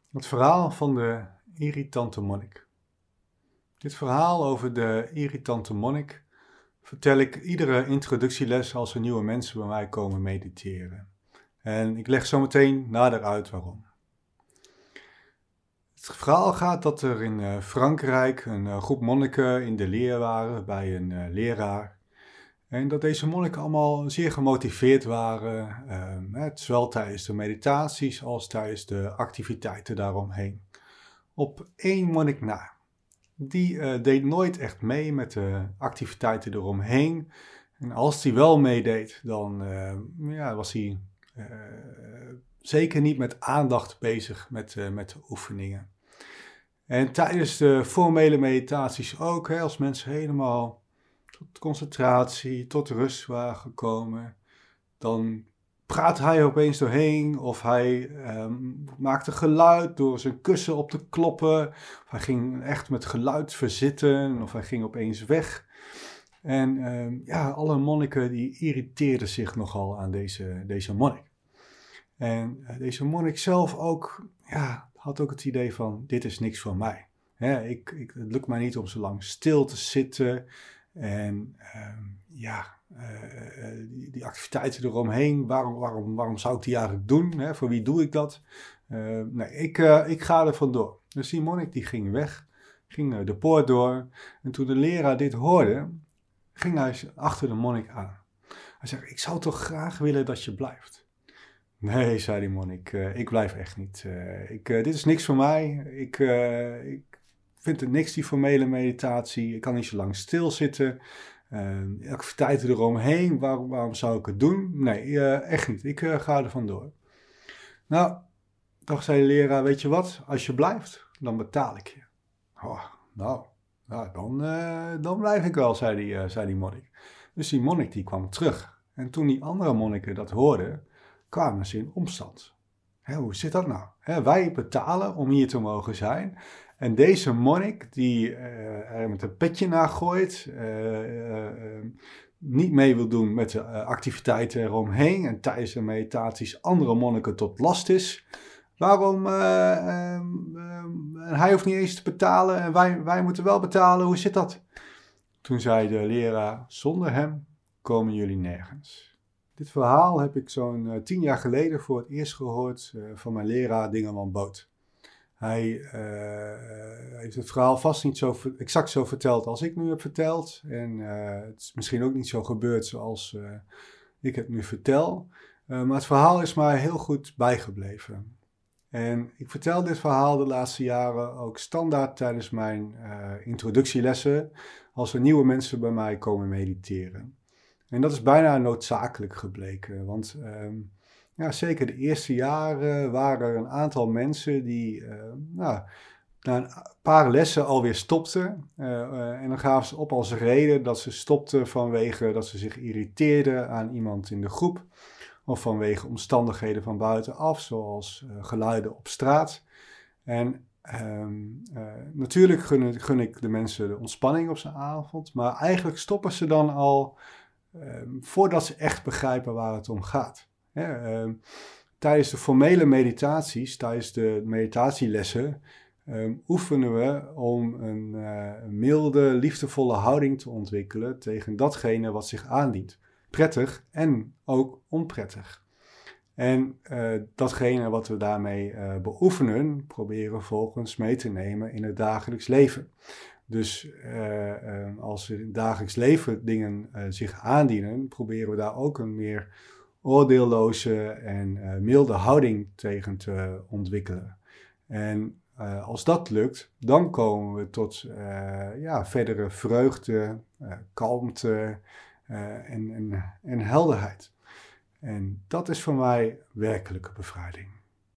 Het verhaal van de irritante monnik. Dit verhaal over de irritante monnik vertel ik iedere introductieles als er nieuwe mensen bij mij komen mediteren. En ik leg zo meteen nader uit waarom. Het verhaal gaat dat er in Frankrijk een groep monniken in de leer waren bij een leraar. En dat deze monniken allemaal zeer gemotiveerd waren, zowel tijdens de meditaties als tijdens de activiteiten daaromheen. Op één monnik na. Die deed nooit echt mee met de activiteiten eromheen. En als hij wel meedeed, dan was hij zeker niet met aandacht bezig met de oefeningen. En tijdens de formele meditaties ook, als mensen helemaal tot concentratie, tot rust waren gekomen, dan praatte hij opeens doorheen of hij maakte geluid door zijn kussen op te kloppen. Of hij ging echt met geluid verzitten of hij ging opeens weg. En alle monniken die irriteerden zich nogal aan deze monnik. En deze monnik zelf ook, had ook het idee van, dit is niks voor mij. Het lukt mij niet om zo lang stil te zitten. En die activiteiten eromheen, waarom zou ik die eigenlijk doen? Voor wie doe ik dat? Ik ga er vandoor. Dus die monnik die ging weg, ging de poort door. En toen de leraar dit hoorde, ging hij achter de monnik aan. Hij zei, ik zou toch graag willen dat je blijft. Nee, zei die monnik, ik blijf echt niet. Dit is niks voor mij. Ik vind het niks, die formele meditatie. Ik kan niet zo lang stilzitten. Activiteiten eromheen, waarom zou ik het doen? Nee, echt niet. Ik ga er vandoor. Nou, toch zei de leraar, weet je wat? Als je blijft, dan betaal ik je. Dan blijf ik wel, zei die monnik. Dus die monnik die kwam terug. En toen die andere monniken dat hoorden, kwamen ze in opstand. Hoe zit dat nou? Wij betalen om hier te mogen zijn. En deze monnik die er met een petje naar gooit, niet mee wil doen met de activiteiten eromheen en tijdens de meditaties andere monniken tot last is. Waarom? Hij hoeft niet eens te betalen en wij moeten wel betalen. Hoe zit dat? Toen zei de leraar, zonder hem komen jullie nergens. Dit verhaal heb ik zo'n 10 jaar geleden voor het eerst gehoord van mijn leraar Dingeman Boot. Hij heeft het verhaal vast niet zo exact zo verteld als ik nu heb verteld. En het is misschien ook niet zo gebeurd zoals ik het nu vertel. Maar het verhaal is mij heel goed bijgebleven. En ik vertel dit verhaal de laatste jaren ook standaard tijdens mijn introductielessen, als er nieuwe mensen bij mij komen mediteren. En dat is bijna noodzakelijk gebleken, want zeker de eerste jaren waren er een aantal mensen die na een paar lessen alweer stopten. En dan gaven ze op als reden dat ze stopten vanwege dat ze zich irriteerden aan iemand in de groep. Of vanwege omstandigheden van buitenaf, zoals geluiden op straat. En natuurlijk gun ik de mensen de ontspanning op zijn avond. Maar eigenlijk stoppen ze dan al voordat ze echt begrijpen waar het om gaat. Tijdens de formele meditaties, tijdens de meditatielessen, oefenen we om een milde, liefdevolle houding te ontwikkelen tegen datgene wat zich aandient. Prettig en ook onprettig. En datgene wat we daarmee beoefenen, proberen we vervolgens mee te nemen in het dagelijks leven. Dus als er in het dagelijks leven dingen zich aandienen, proberen we daar ook een meer oordeelloze en milde houding tegen te ontwikkelen. En als dat lukt, dan komen we tot verdere vreugde, kalmte en helderheid. En dat is voor mij werkelijke bevrijding.